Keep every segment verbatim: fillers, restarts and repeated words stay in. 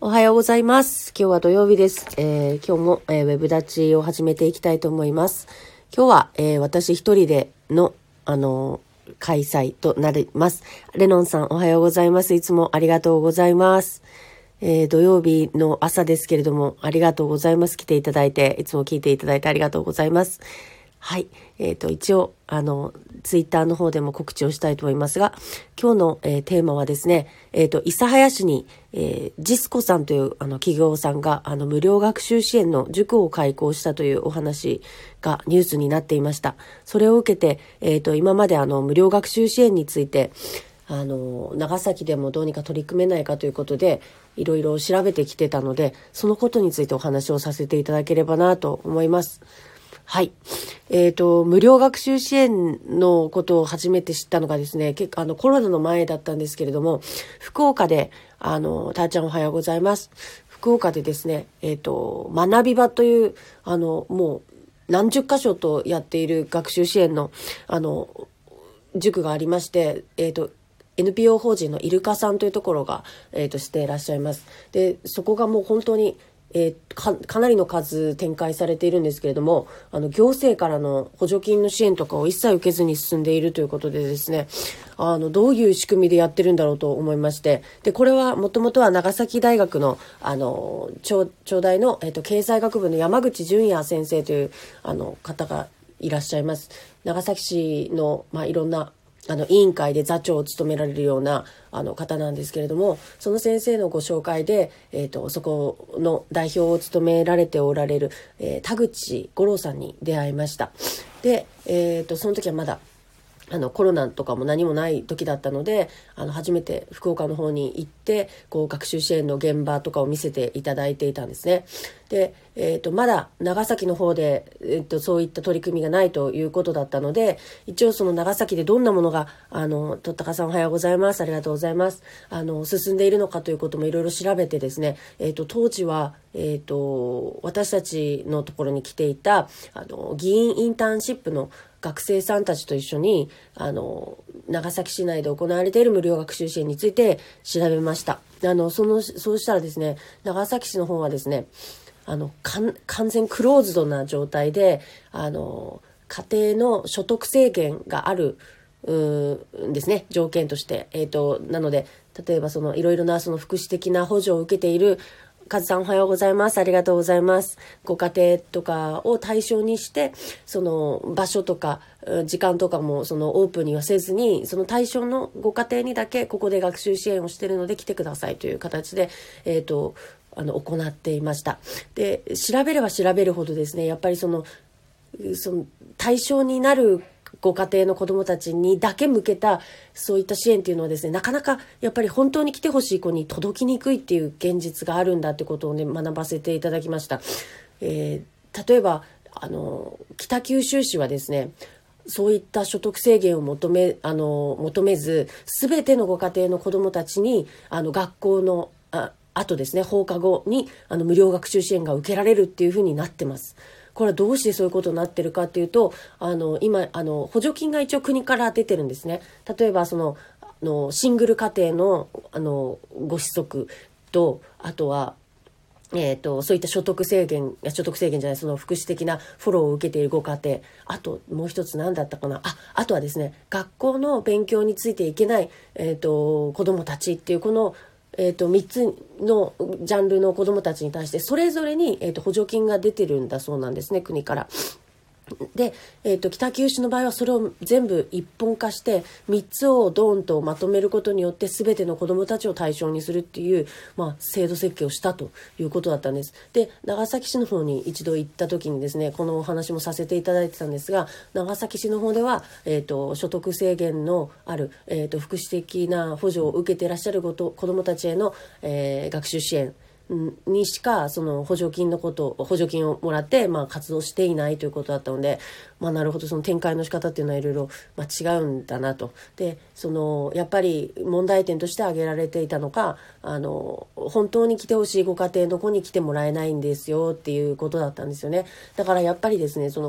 おはようございます。今日は土曜日です。えー、今日も、えー、ウェブ立ちを始めていきたいと思います。今日は、えー、私一人での、あのー、開催となります。レノンさんおはようございます。いつもありがとうございます。えー、土曜日の朝ですけれども、ありがとうございます。来ていただいて、いつも聞いていただいてありがとうございます。はい。えっと、一応、あの、ツイッターの方でも告知をしたいと思いますが、今日の、えー、テーマはですね、えっと、諫早市に、えー、ジスコさんというあの企業さんが、あの、無料学習支援の塾を開講したというお話がニュースになっていました。それを受けて、えっと、今まであの、無料学習支援について、あの、長崎でもどうにか取り組めないかということで、いろいろ調べてきてたので、そのことについてお話をさせていただければなと思います。はい。えっと、無料学習支援のことを初めて知ったのがですね、結構あのコロナの前だったんですけれども、福岡で、あの、たーちゃんおはようございます。福岡でですね、えっと、学び場という、あの、もう何十箇所とやっている学習支援の、あの、塾がありまして、えっと、エヌピーオー 法人のイルカさんというところが、えーと、していらっしゃいます。で、そこがもう本当に、えー、か, かなりの数展開されているんですけれども、あの行政からの補助金の支援とかを一切受けずに進んでいるということでですね、あのどういう仕組みでやってるんだろうと思いまして、でこれはもともとは長崎大学のあの長大の、えーと、経済学部の山口淳也先生というあの方がいらっしゃいます。長崎市の、まあ、いろんなあの委員会で座長を務められるようなあの方なんですけれども、その先生のご紹介で、えーと、そこの代表を務められておられる、えー、田口五郎さんに出会いました。で、えーと、その時はまだあのコロナとかも何もない時だったので、あの初めて福岡の方に行ってこう学習支援の現場とかを見せていただいていたんですね。で、えー、とまだ長崎の方で、えー、とそういった取り組みがないということだったので、一応その長崎でどんなものがあのとったかさんおはようございます、ありがとうございます、あの進んでいるのかということもいろいろ調べてですね、えー、と当時は、えー、と私たちのところに来ていたあの議員インターンシップの学生さんたちと一緒にあの長崎市内で行われている無料学習支援について調べました。あのそのそうしたらですね、長崎市の方はですね、あの完全クローズドな状態で、あの家庭の所得制限があるんですね、条件として。えーと、なので例えばそのいろいろなその福祉的な補助を受けているカズさんおはようございます、ありがとうございます。ご家庭とかを対象にして、その場所とか時間とかもそのオープンにはせずに、その対象のご家庭にだけここで学習支援をしているので来てくださいという形で、えーと、あの行っていました。で、調べれば調べるほどですね、やっぱりそのその対象になるご家庭の子どもたちにだけ向けたそういった支援っていうのはですね、なかなかやっぱり本当に来てほしい子に届きにくいっていう現実があるんだってことをね、学ばせていただきました。えー、例えばあの北九州市はですね、そういった所得制限を求めあの求めず、全てのご家庭の子どもたちにあの学校のああとですね、放課後にあの無料学習支援が受けられるっていうふうになってます。これはどうしてそういうことになってるかっていうと、あの今あの補助金が一応国から出てるんですね。例えばそのあのシングル家庭のあのご子息と、あとはえーと、そういった所得制限や所得制限じゃない、その福祉的なフォローを受けているご家庭、あともう一つ何だったかな、ああとはですね、学校の勉強についていけない、えーと、子どもたちっていうこのえー、とみっつのジャンルの子どもたちに対してそれぞれに、えー、と補助金が出てるんだそうなんですね、国から。で、えー、と北九州の場合はそれを全部一本化してみっつをドーンとまとめることによって全ての子どもたちを対象にするっていう、まあ、制度設計をしたということだったんです。で、長崎市の方に一度行った時にですね、このお話もさせていただいてたんですが、長崎市の方では、えー、と所得制限のある、えー、と福祉的な補助を受けていらっしゃる子どもたちへの、えー、学習支援にしかその補助金のこと補助金をもらって、まあ、活動していないということだったので、まあ、なるほど、その展開の仕方っていうのはいろいろ、まあ、違うんだなと。で、そのやっぱり問題点として挙げられていたのか、あの本当に来てほしいご家庭の子に来てもらえないんですよっていうことだったんですよね。だからやっぱりですね、その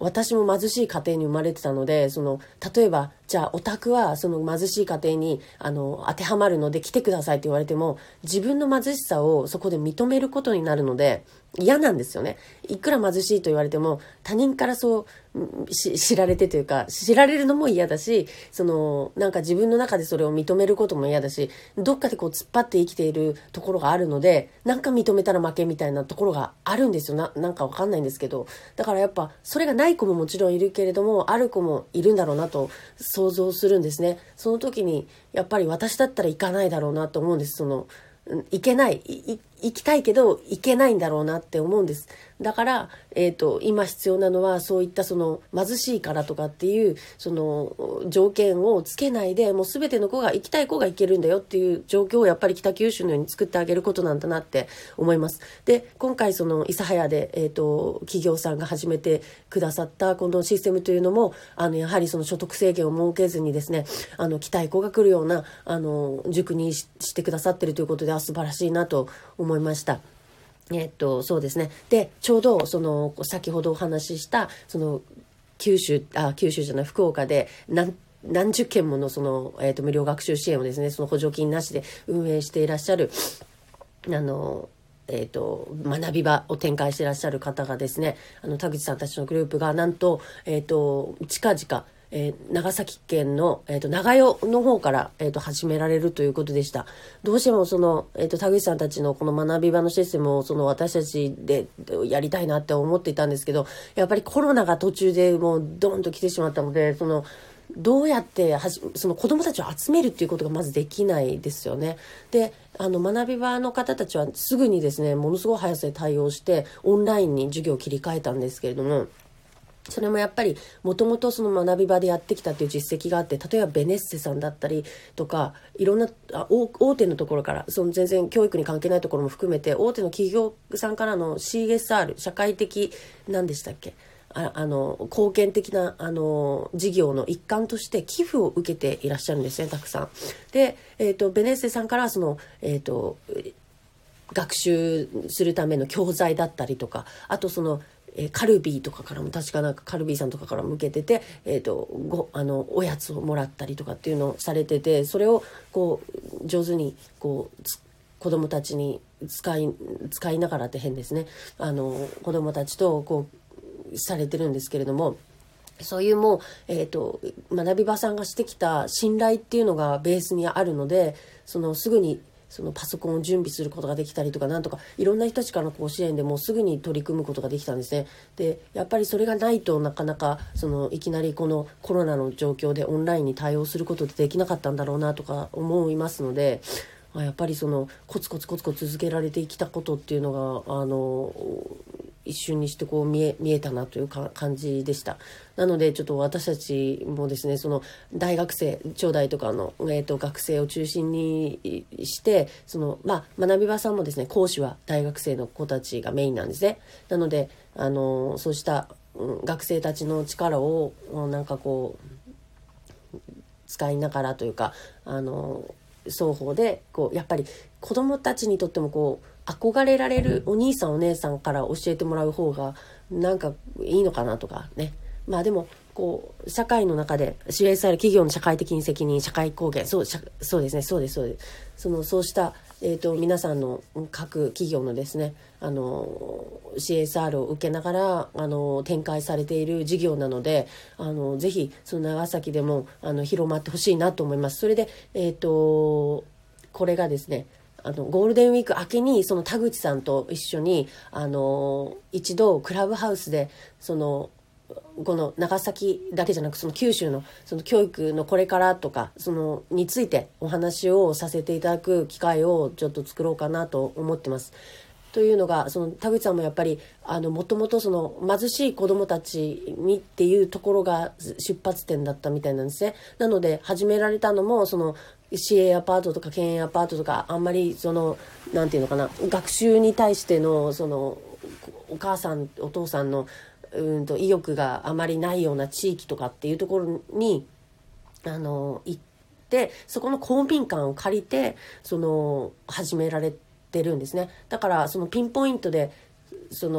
私も貧しい家庭に生まれてたので、その例えばじゃあオタクはその貧しい家庭にあの当てはまるので来てくださいって言われても、自分の貧しさをそこで認めることになるので嫌なんですよね。いくら貧しいと言われても他人からそう知られてというか、知られるのも嫌だし、そのなんか自分の中でそれを認めることも嫌だし、どっかでこう突っ張って生きているところがあるので、なんか認めたら負けみたいなところがあるんですよ。な、なんかわかんないんですけど、だからやっぱそれがない子ももちろんいるけれども、ある子もいるんだろうなと想像するんですね。その時にやっぱり私だったら行かないだろうなと思うんです。その行けない、い行きたいけど行けないんだろうなって思うんです。だから、えーと、今必要なのはそういったその貧しいからとかっていうその条件をつけないで、もう全ての子が行きたい子が行けるんだよっていう状況をやっぱり北九州のように作ってあげることなんだなって思います。で、今回その諫早で、えーと、企業さんが始めてくださったこのシステムというのも、あのやはりその所得制限を設けずにですね、あの来たい子が来るようなあの塾に し, してくださってるということで、あ、素晴らしいなと思いました。えっと、そうですね。で、ちょうど、その、先ほどお話しした、その、九州、あ、九州じゃない、福岡で、何、何十件もの、その、えっと、無料学習支援をですね、その補助金なしで運営していらっしゃる、あの、えっと、学び場を展開していらっしゃる方がですね、あの、田口さんたちのグループが、なんと、えっと、近々、えー、長崎県の、えーと、長与の方から、えーと、始められるということでした。どうしてもその、えーと、田口さんたちのこの学び場のシステムをその私たちでやりたいなって思っていたんですけど、やっぱりコロナが途中でもうドーンと来てしまったので、その、どうやってはじその子どもたちを集めるっていうことがまずできないですよね。で、あの学び場の方たちはすぐにですね、ものすごい速さで対応してオンラインに授業を切り替えたんですけれども、それもやっぱりもともとその学び場でやってきたっていう実績があって、例えばベネッセさんだったりとか、いろんなあ 大, 大手のところから、その全然教育に関係ないところも含めて、大手の企業さんからの シーエスアール、社会的何でしたっけ、ああの貢献的なあの事業の一環として寄付を受けていらっしゃるんですね、たくさん。で、えーと、ベネッセさんからはその、えーと、学習するための教材だったりとか、あとそのえカルビーとかからも、確かなんかカルビーさんとかからも受けてて、えーと、ごあのおやつをもらったりとかっていうのをされてて、それをこう上手にこう子どもたちに使い使いながらって変ですね、あの子どもたちとこうされてるんですけれども、そういうもう、えーと、学び場さんがしてきた信頼っていうのがベースにあるので、そのすぐにそのパソコンを準備することができたりとか、なんとかいろんな人たちからのこう支援でもうすぐに取り組むことができたんですね。で、やっぱりそれがないとなかなかそのいきなりこのコロナの状況でオンラインに対応することってできなかったんだろうなとか思いますので、やっぱりそのコツコツコツコツ続けられてきたことっていうのがあの一瞬にしてこう見え、見えたなというか感じでした。なのでちょっと私たちもですね、その大学生、長大とかの、えー、と学生を中心にして、そのまあ学び場さんもですね、講師は大学生の子たちがメインなんですね。なのであのそうした、うん、学生たちの力をなんかこう使いながらというか、あの双方でこうやっぱり子どもたちにとってもこう憧れられるお兄さんお姉さんから教えてもらう方がなんかいいのかなとかね。まあでもこう社会の中で シーエスアール 企業の社会的に責任、社会貢献、そうそうですね、そうですそうです。そのそうした、えーと、皆さんの各企業のですね、あの シーエスアール を受けながらあの展開されている事業なので、あのぜひその長崎でもあの広まってほしいなと思います。それでえっとこれがですね、あのゴールデンウィーク明けにその田口さんと一緒にあの一度クラブハウスでそのこの長崎だけじゃなくその九州のその教育のこれからとかそのについてお話をさせていただく機会をちょっと作ろうかなと思ってます。というのが、その田口さんもやっぱりあのもともとその貧しい子どもたちにっていうところが出発点だったみたいなんですね。なので始められたのもその市営アパートとか県営アパートとか、あんまりそのなんていうのかな、学習に対してのそのお母さんお父さんのうんと意欲があまりないような地域とかっていうところにあの行って、そこの公民館を借りてその始められてるんですね。だからそのピンポイントでその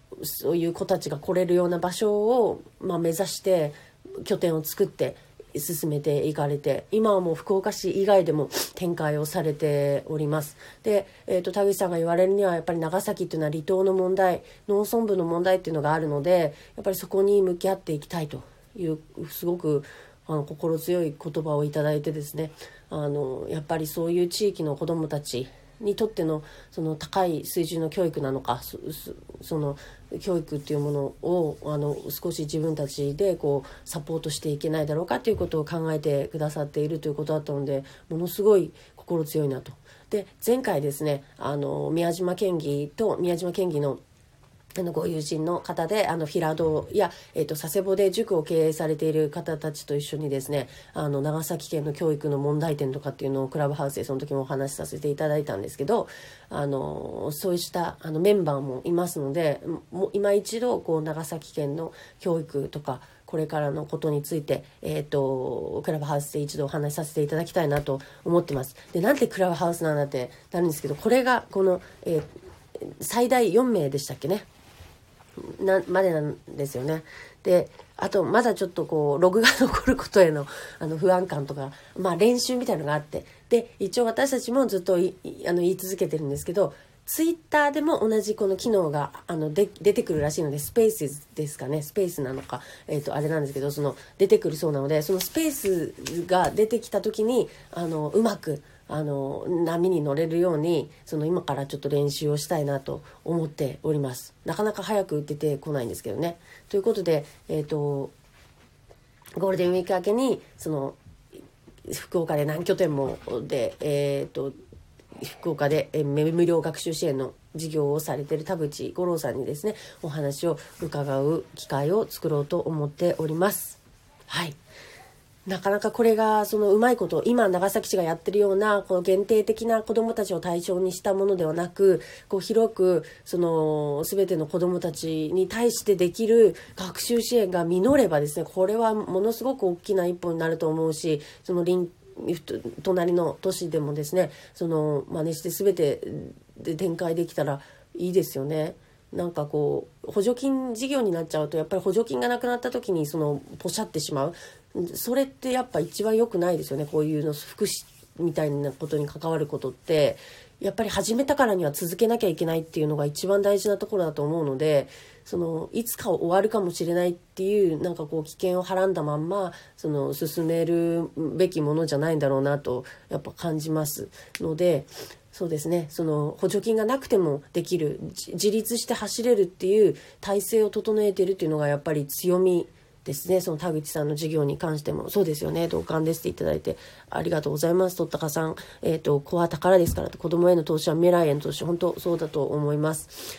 そういう子たちが来れるような場所を、まあ、目指して拠点を作って進めていかれて、今はもう福岡市以外でも展開をされております。で、えーと、田口さんが言われるにはやっぱり長崎っていうのは離島の問題、農村部の問題っていうのがあるので、やっぱりそこに向き合っていきたいというすごくあの心強い言葉をいただいてですね、あのやっぱりそういう地域の子どもたちにとってのその高い水準の教育なのか、そ, その教育っていうものをあの少し自分たちでこうサポートしていけないだろうかということを考えてくださっているということだったので、ものすごい心強いなと。で、前回ですね、あの宮島県議と宮島県議のあのご友人の方で、あの平戸や、えー、と佐世保で塾を経営されている方たちと一緒にですね、あの長崎県の教育の問題点とかっていうのをクラブハウスでその時もお話しさせていただいたんですけど、あのそうしたあのメンバーもいますので、もう今一度こう長崎県の教育とかこれからのことについて、えー、とクラブハウスで一度お話しさせていただきたいなと思ってます。で、なんでクラブハウスなんだってなるんですけど、これがこの、えー、最大よんめいでしたっけねなまでなんですよね。で、あとまだちょっとこうログが残ることへのあの不安感とか、まあ練習みたいなのがあって、で一応私たちもずっといあの言い続けてるんですけど、ツイッターでも同じこの機能があので出てくるらしいので、スペースですかね、スペースなのか、えーとあれなんですけど、その出てくるそうなので、そのスペースが出てきた時にあのうまくあの波に乗れるように、その今からちょっと練習をしたいなと思っております。なかなか早く出てこないんですけどね。ということで、えーとゴールデンウィーク明けにその福岡で何拠点もで、えーと福岡で無料学習支援の事業をされている田口五郎さんにですね、お話を伺う機会を作ろうと思っております。はい。なかなかこれがそのうまいこと、今長崎市がやってるようなこの限定的な子どもたちを対象にしたものではなく、こう広くその全ての子どもたちに対してできる学習支援が実ればですね、これはものすごく大きな一歩になると思うし、その隣隣の都市でもですね、その真似して全てで展開できたらいいですよね。なんかこう補助金事業になっちゃうと、やっぱり補助金がなくなった時にそのポシャってしまう、それってやっぱ一番良くないですよね。こういうの福祉みたいなことに関わることって、やっぱり始めたからには続けなきゃいけないっていうのが一番大事なところだと思うので、そのいつか終わるかもしれないっていうなんかこう危険をはらんだまんまその進めるべきものじゃないんだろうなとやっぱ感じますので、そうですね、その補助金がなくてもできる、自立して走れるっていう体制を整えているっていうのがやっぱり強みですね。その田口さんの事業に関してもそうですよね。同感ですっていただいてありがとうございます。とったかさん、えっと子は宝ですから、子供への投資は未来への投資、本当そうだと思います。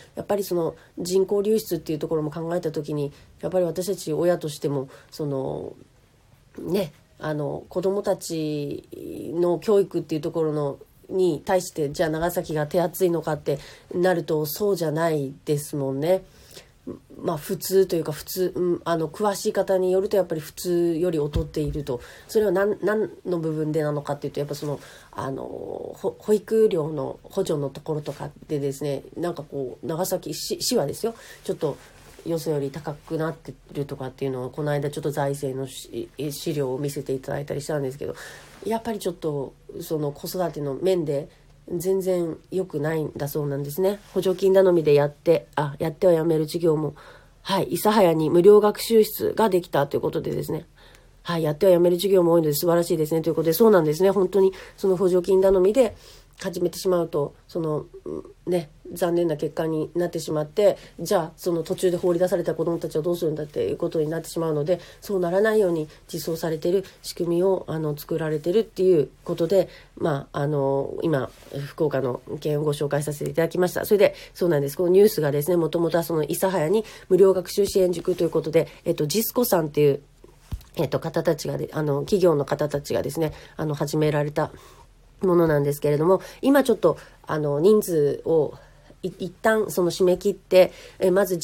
やっぱりその人口流出っていうところも考えた時に、やっぱり私たち親としてもそのね、あの子供たちの教育っていうところのに対して、じゃあ長崎が手厚いのかってなるとそうじゃないですもんね。まあ普通というか普通、うん、あの詳しい方によるとやっぱり普通より劣っていると。それは 何, 何の部分でなのかっていうと、やっぱそのあの保育料の補助のところとかでですね、なんかこう長崎 市, 市はですよ、ちょっとよそより高くなってるとかっていうのをこの間ちょっと財政の資料を見せていただいたりしたんですけど、やっぱりちょっとその子育ての面で全然良くないんだそうなんですね。補助金頼みでやってあやってはやめる事業も、はい、諫早に無料学習室ができたということでですね、はい、やってはやめる授業も多いので素晴らしいですねということで、そうなんですね。本当にその補助金頼みで始めてしまうと、そのね、残念な結果になってしまって、じゃあその途中で放り出された子どもたちはどうするんだっていうことになってしまうので、そうならないように実装されている仕組みをあの作られているっていうことで、まああの今福岡の件をご紹介させていただきました。それでそうなんです。このニュースがですね、もともとはその諫早に無料学習支援塾ということで、えっとジスコさんっていうえっと方たちがで、あの企業の方たちがですね、あの始められたものなんですけれども、今ちょっとあの人数をい一旦その締め切って、えまずじ、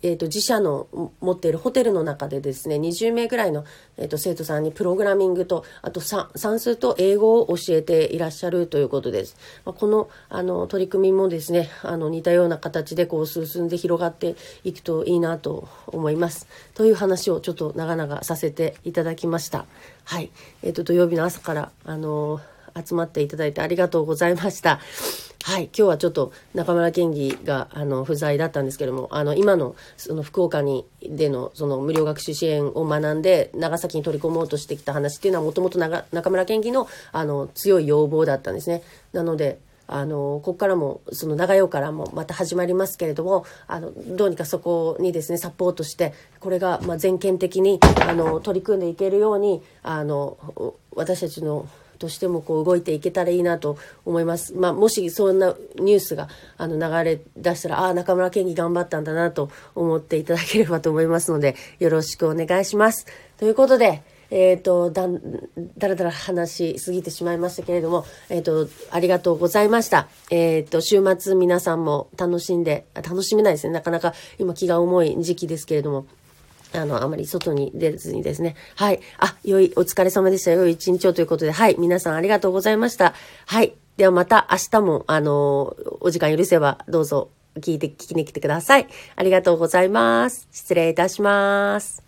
えっと、自社の持っているホテルの中でですね、にじゅうめいぐらいの、えっと、生徒さんにプログラミングと、あと算数と英語を教えていらっしゃるということです。まあ、この、あの、取り組みもですね、あの、似たような形でこう進んで広がっていくといいなと思います。という話をちょっと長々させていただきました。はい。えっと、土曜日の朝から、あの、集まっていただいてありがとうございました。はい。今日はちょっと中村県議があの不在だったんですけども、あの今のその福岡にでのその無料学習支援を学んで長崎に取り込もうとしてきた話っていうのはもともと中村県議のあの強い要望だったんですね。なので、あのここからもその長与からもまた始まりますけれども、あのどうにかそこにですねサポートして、これがまあ全県的にあの取り組んでいけるように、あの私たちのとしてもこう動いていけたらいいなと思います。まあ、もしそんなニュースがあの流れ出したら、ああ中村県議頑張ったんだなと思っていただければと思いますので、よろしくお願いします。ということで、えっと、だん、だらだら話しすぎてしまいましたけれども、えっと、ありがとうございました。えっと、週末皆さんも楽しんで、楽しめないですね。なかなか今気が重い時期ですけれども、あの、あまり外に出ずにですね。はい。あ、良い、お疲れ様でした。良い一日をということで、はい。皆さんありがとうございました。はい。ではまた明日も、あの、お時間許せばどうぞ聞いて、聞きに来てください。ありがとうございます。失礼いたします。